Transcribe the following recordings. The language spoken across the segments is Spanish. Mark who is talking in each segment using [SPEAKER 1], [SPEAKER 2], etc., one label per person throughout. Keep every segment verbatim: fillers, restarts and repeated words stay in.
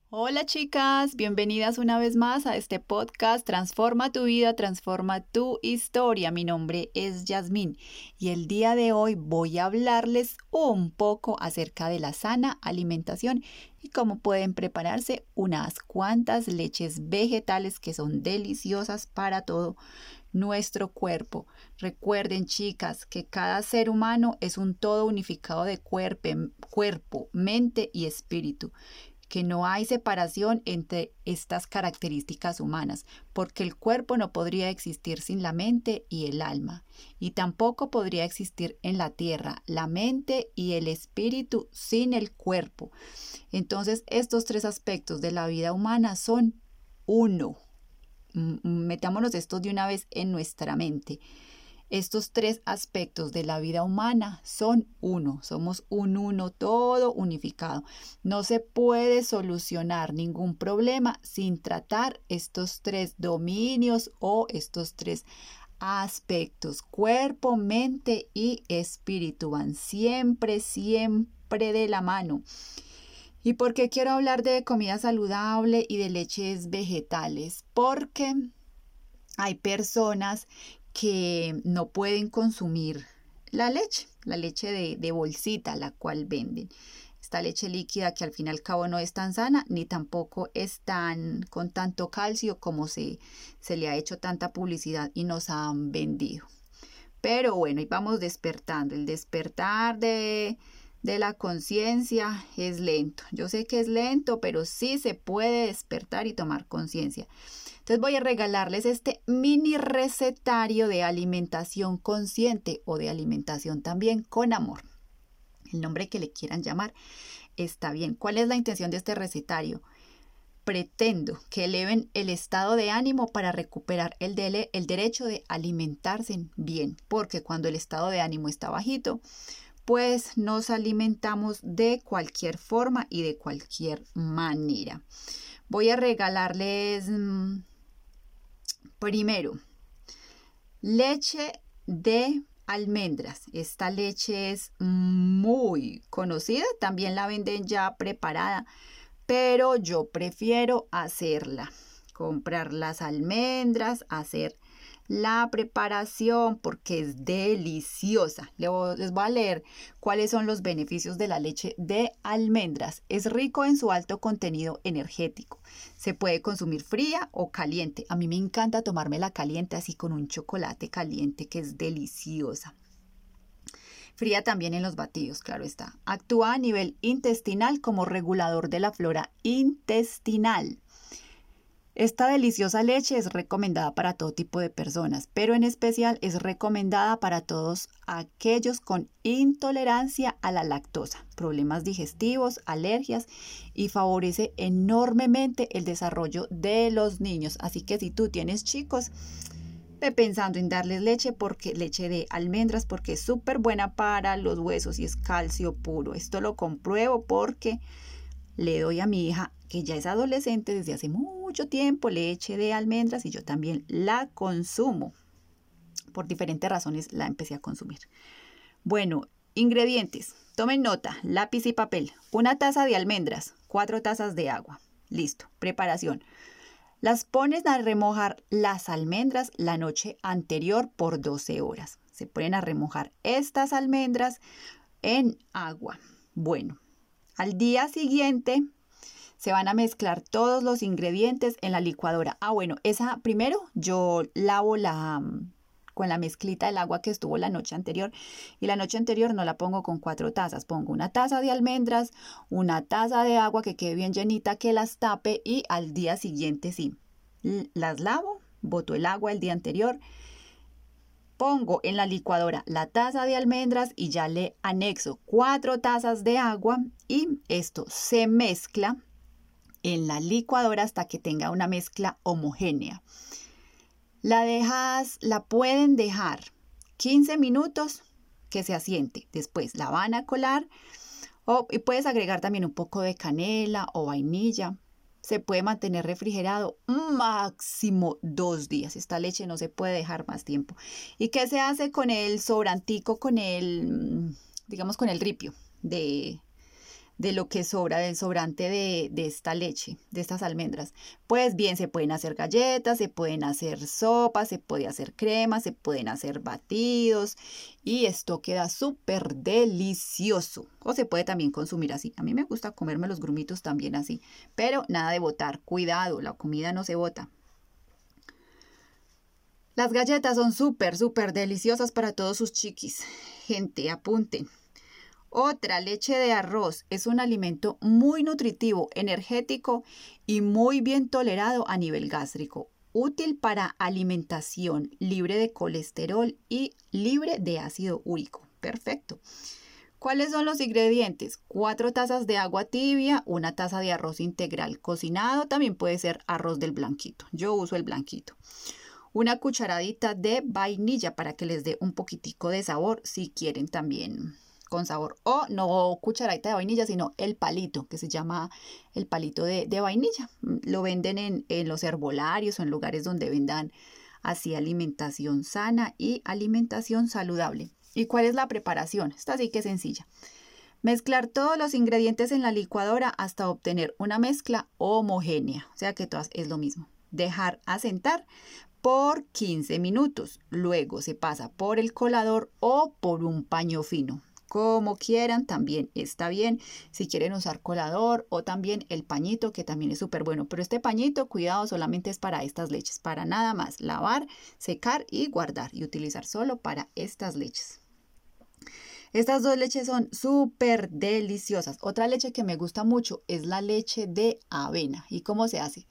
[SPEAKER 1] Hola chicas, bienvenidas una vez más a este podcast Transforma tu vida, transforma tu historia. Mi nombre es Yasmín y el día de hoy voy a hablarles un poco acerca de la sana alimentación y cómo pueden prepararse unas cuantas leches vegetales que son deliciosas para todo nuestro cuerpo. Recuerden, chicas, que cada ser humano es un todo unificado de cuerpo, cuerpo, mente y espíritu, que no hay separación entre estas características humanas, porque el cuerpo no podría existir sin la mente y el alma, y tampoco podría existir en la tierra la mente y el espíritu sin el cuerpo. Entonces, estos tres aspectos de la vida humana son uno. Metámonos esto de una vez en nuestra mente. Estos tres aspectos de la vida humana son uno, somos un uno todo unificado. No se puede solucionar ningún problema sin tratar estos tres dominios o estos tres aspectos. Cuerpo, mente y espíritu van siempre, siempre de la mano. ¿Y por qué quiero hablar de comida saludable y de leches vegetales? Porque hay personas que no pueden consumir la leche, la leche de, de bolsita, la cual venden. Esta leche líquida que al fin y al cabo no es tan sana, ni tampoco es tan con tanto calcio como se, se le ha hecho tanta publicidad y nos han vendido. Pero bueno, y vamos despertando. El despertar de, de la conciencia es lento. Yo sé que es lento, pero sí se puede despertar y tomar conciencia. Entonces voy a regalarles este mini recetario de alimentación consciente o de alimentación también con amor. El nombre que le quieran llamar está bien. ¿Cuál es la intención de este recetario? Pretendo que eleven el estado de ánimo para recuperar el, de, el derecho de alimentarse bien, porque cuando el estado de ánimo está bajito, pues nos alimentamos de cualquier forma y de cualquier manera. Voy a regalarles mmm, primero leche de almendras. Esta leche es muy conocida, también la venden ya preparada, pero yo prefiero hacerla, comprar las almendras, hacer la preparación porque es deliciosa. Les voy a leer cuáles son los beneficios de la leche de almendras. Es rico en su alto contenido energético. Se puede consumir fría o caliente. A mí me encanta tomármela caliente, así con un chocolate caliente, que es deliciosa. Fría también en los batidos, claro está. Actúa a nivel intestinal como regulador de la flora intestinal. Esta deliciosa leche es recomendada para todo tipo de personas, pero en especial es recomendada para todos aquellos con intolerancia a la lactosa, problemas digestivos, alergias, y favorece enormemente el desarrollo de los niños. Así que si tú tienes chicos, ve pensando en darles leche, porque leche de almendras, porque es súper buena para los huesos y es calcio puro. Esto lo compruebo porque le doy a mi hija, que ya es adolescente desde hace mucho tiempo, leche de almendras y yo también la consumo. Por diferentes razones la empecé a consumir. Bueno, ingredientes. Tomen nota, lápiz y papel. Una taza de almendras, cuatro tazas de agua. Listo. Preparación. Las pones a remojar las almendras la noche anterior por doce horas. Se ponen a remojar estas almendras en agua. Bueno, al día siguiente se van a mezclar todos los ingredientes en la licuadora. Ah, bueno, esa primero yo lavo la con la mezclita del agua que estuvo la noche anterior, y la noche anterior no la pongo con cuatro tazas, pongo una taza de almendras, una taza de agua que quede bien llenita, que las tape, y al día siguiente sí, las lavo, boto el agua el día anterior, pongo en la licuadora la taza de almendras y ya le anexo cuatro tazas de agua y esto se mezcla en la licuadora hasta que tenga una mezcla homogénea. La dejas, la pueden dejar quince minutos que se asiente. Después la van a colar o, y puedes agregar también un poco de canela o vainilla. Se puede mantener refrigerado máximo dos días. Esta leche no se puede dejar más tiempo. ¿Y qué se hace con el sobrantico, con el, digamos, con el ripio de, de lo que sobra, del sobrante de, de esta leche, de estas almendras. Pues bien, se pueden hacer galletas, se pueden hacer sopas, se puede hacer crema, se pueden hacer batidos y esto queda súper delicioso. O se puede también consumir así. A mí me gusta comerme los grumitos también así, pero nada de botar. Cuidado, la comida no se bota. Las galletas son súper, súper deliciosas para todos sus chiquis. Gente, apunten. Otra, leche de arroz. Es un alimento muy nutritivo, energético y muy bien tolerado a nivel gástrico. Útil para alimentación, libre de colesterol y libre de ácido úrico. Perfecto. ¿Cuáles son los ingredientes? Cuatro tazas de agua tibia, una taza de arroz integral cocinado. También puede ser arroz del blanquito. Yo uso el blanquito. Una cucharadita de vainilla para que les dé un poquitico de sabor si quieren también con sabor. O no cucharadita de vainilla, sino el palito, que se llama el palito de, de vainilla. Lo venden en, en los herbolarios o en lugares donde vendan así alimentación sana y alimentación saludable. ¿Y cuál es la preparación? Esta sí que es sencilla. Mezclar todos los ingredientes en la licuadora hasta obtener una mezcla homogénea. O sea que todas es lo mismo. Dejar asentar por quince minutos. Luego se pasa por el colador o por un paño fino. Como quieran, también está bien. Si quieren usar colador o también el pañito, que también es súper bueno. Pero este pañito, cuidado, solamente es para estas leches. Para nada más. Lavar, secar y guardar. Y utilizar solo para estas leches. Estas dos leches son súper deliciosas. Otra leche que me gusta mucho es la leche de avena. ¿Y cómo se hace?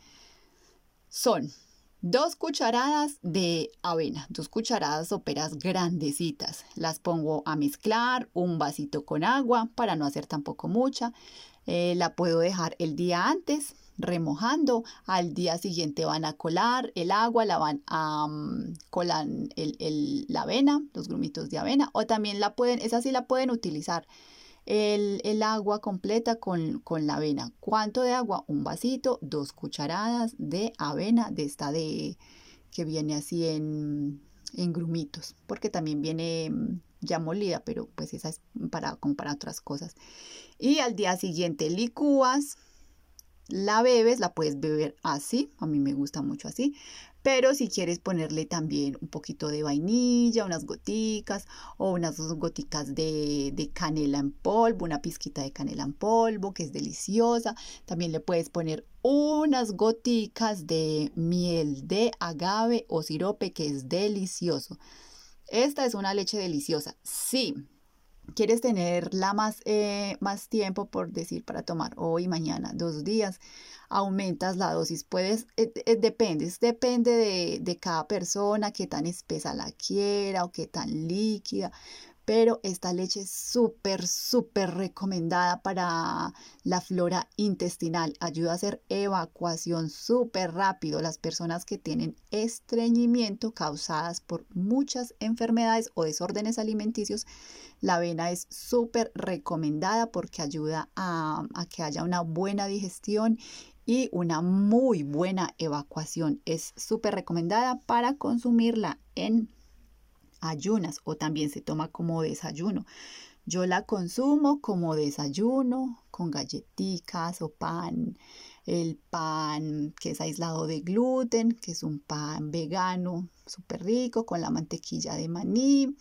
[SPEAKER 1] Son dos cucharadas de avena, dos cucharadas soperas grandecitas. Las pongo a mezclar, un vasito con agua para no hacer tampoco mucha. Eh, la puedo dejar el día antes remojando. Al día siguiente van a colar el agua, la van a um, colar el, el, la avena, los grumitos de avena. O también la pueden, esa sí la pueden utilizar. El, el agua completa con, con la avena. ¿Cuánto de agua? Un vasito, dos cucharadas de avena, de esta de que viene así en, en grumitos, porque también viene ya molida, pero pues esa es para, como para otras cosas. Y al día siguiente licúas, la bebes, la puedes beber así, a mí me gusta mucho así, pero si quieres ponerle también un poquito de vainilla, unas goticas o unas dos goticas de, de canela en polvo, una pizquita de canela en polvo que es deliciosa. También le puedes poner unas goticas de miel de agave o sirope que es delicioso. Esta es una leche deliciosa. Sí. ¿Quieres tenerla más, eh, más tiempo, por decir, para tomar hoy, mañana, dos días? Aumentas la dosis. Puedes, eh, eh, depende, depende de, de cada persona, qué tan espesa la quiera o qué tan líquida. Pero esta leche es súper, súper recomendada para la flora intestinal. Ayuda a hacer evacuación súper rápido. Las personas que tienen estreñimiento causadas por muchas enfermedades o desórdenes alimenticios, la avena es súper recomendada porque ayuda a, a que haya una buena digestión y una muy buena evacuación. Es súper recomendada para consumirla en ayunas o también se toma como desayuno. Yo la consumo como desayuno con galletitas o pan, el pan que es aislado de gluten, que es un pan vegano súper rico con la mantequilla de maní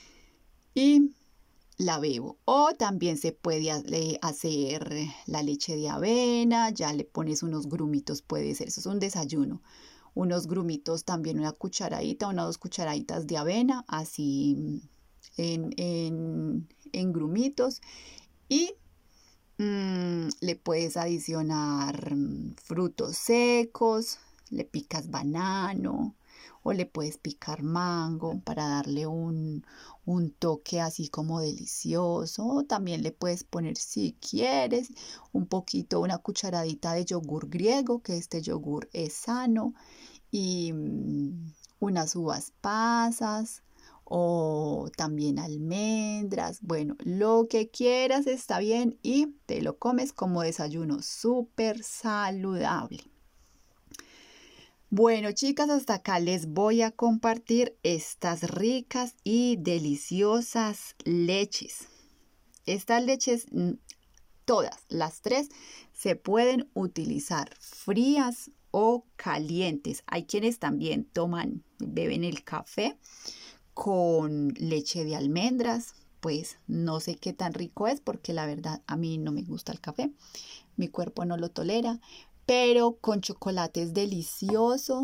[SPEAKER 1] y la bebo. O también se puede hacer la leche de avena, ya le pones unos grumitos, puede ser, eso es un desayuno. Unos grumitos, también una cucharadita, una o dos cucharaditas de avena, así en, en, en grumitos. Y mmm, le puedes adicionar frutos secos, le picas banano o le puedes picar mango para darle un, un toque así como delicioso. También le puedes poner, si quieres, un poquito, una cucharadita de yogur griego, que este yogur es sano, y um, unas uvas pasas o también almendras. Bueno, lo que quieras está bien y te lo comes como desayuno súper saludable. Bueno, chicas, hasta acá les voy a compartir estas ricas y deliciosas leches. Estas leches todas las tres se pueden utilizar frías o calientes. Hay quienes también toman, beben el café con leche de almendras. Pues no sé qué tan rico es porque la verdad a mí no me gusta el café. Mi cuerpo no lo tolera, pero con chocolate es delicioso.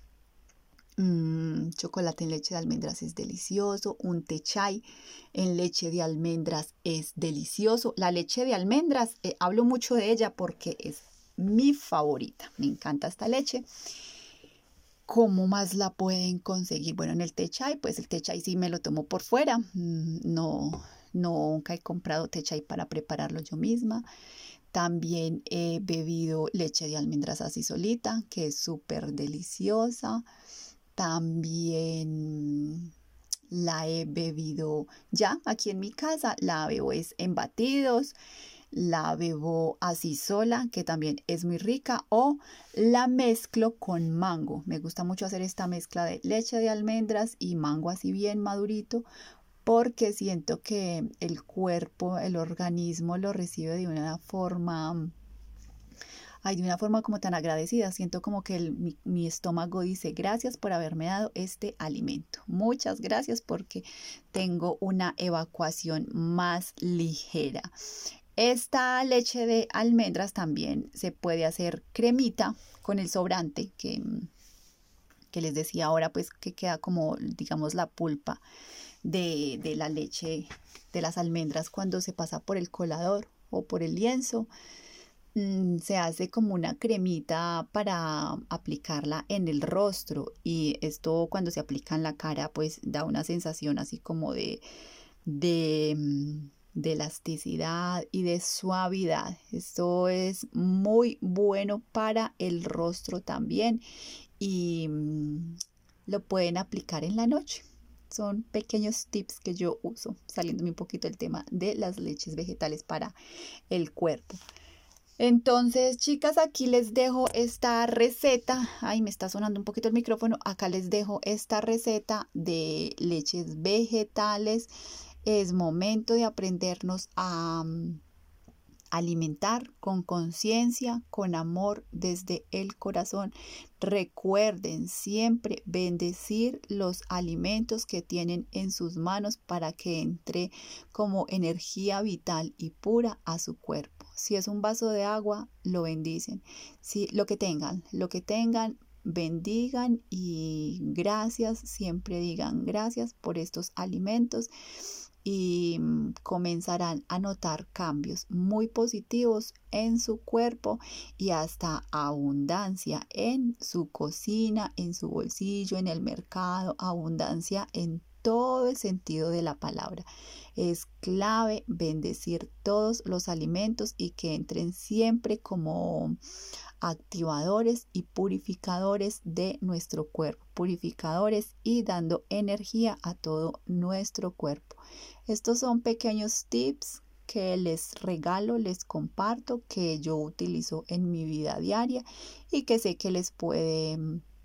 [SPEAKER 1] Mm, chocolate en leche de almendras es delicioso. Un té chai en leche de almendras es delicioso. La leche de almendras, eh, hablo mucho de ella porque es mi favorita. Me encanta esta leche. ¿Cómo más la pueden conseguir? Bueno, en el té chai, pues el té chai sí me lo tomo por fuera. Mm, no, nunca he comprado té chai para prepararlo yo misma. También he bebido leche de almendras así solita, que es súper deliciosa. También la he bebido ya aquí en mi casa, la bebo es en batidos, la bebo así sola, que también es muy rica, o la mezclo con mango. Me gusta mucho hacer esta mezcla de leche de almendras y mango así bien madurito, porque siento que el cuerpo, el organismo lo recibe de una forma... Ay, de una forma como tan agradecida, siento como que el, mi, mi estómago dice gracias por haberme dado este alimento. Muchas gracias porque tengo una evacuación más ligera. Esta leche de almendras también se puede hacer cremita con el sobrante que, que les decía ahora, pues que queda como, digamos, la pulpa de, de la leche de las almendras cuando se pasa por el colador o por el lienzo. Se hace como una cremita para aplicarla en el rostro y esto cuando se aplica en la cara pues da una sensación así como de, de, de elasticidad y de suavidad. Esto es muy bueno para el rostro también y mm, lo pueden aplicar en la noche. Son pequeños tips que yo uso, saliéndome un poquito del tema de las leches vegetales para el cuerpo. Entonces, chicas, aquí les dejo esta receta. Ay, me está sonando un poquito el micrófono. Acá les dejo esta receta de leches vegetales. Es momento de aprendernos a um, alimentar con conciencia, con amor desde el corazón. Recuerden siempre bendecir los alimentos que tienen en sus manos para que entre como energía vital y pura a su cuerpo. Si es un vaso de agua, lo bendicen. Si lo que tengan, lo que tengan, bendigan y gracias, siempre digan gracias por estos alimentos y comenzarán a notar cambios muy positivos en su cuerpo y hasta abundancia en su cocina, en su bolsillo, en el mercado, abundancia en todo el sentido de la palabra. Es clave bendecir todos los alimentos y que entren siempre como activadores y purificadores de nuestro cuerpo, purificadores y dando energía a todo nuestro cuerpo. Estos son pequeños tips que les regalo, les comparto, que yo utilizo en mi vida diaria y que sé que les puede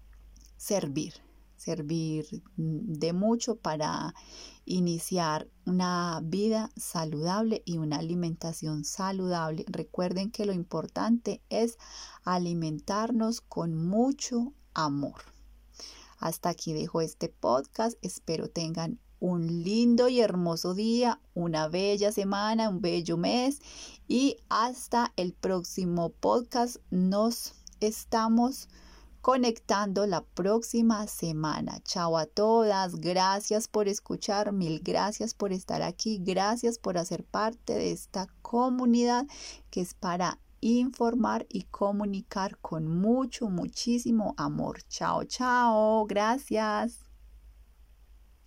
[SPEAKER 1] servir, servir de mucho para iniciar una vida saludable y una alimentación saludable. Recuerden que lo importante es alimentarnos con mucho amor. Hasta aquí dejo este podcast. Espero tengan un lindo y hermoso día, una bella semana, un bello mes y hasta el próximo podcast. Nos estamos conectando la próxima semana. Chao a todas. Gracias por escuchar. Mil gracias por estar aquí. Gracias por hacer parte de esta comunidad que es para informar y comunicar con mucho, muchísimo amor. Chao, chao. Gracias.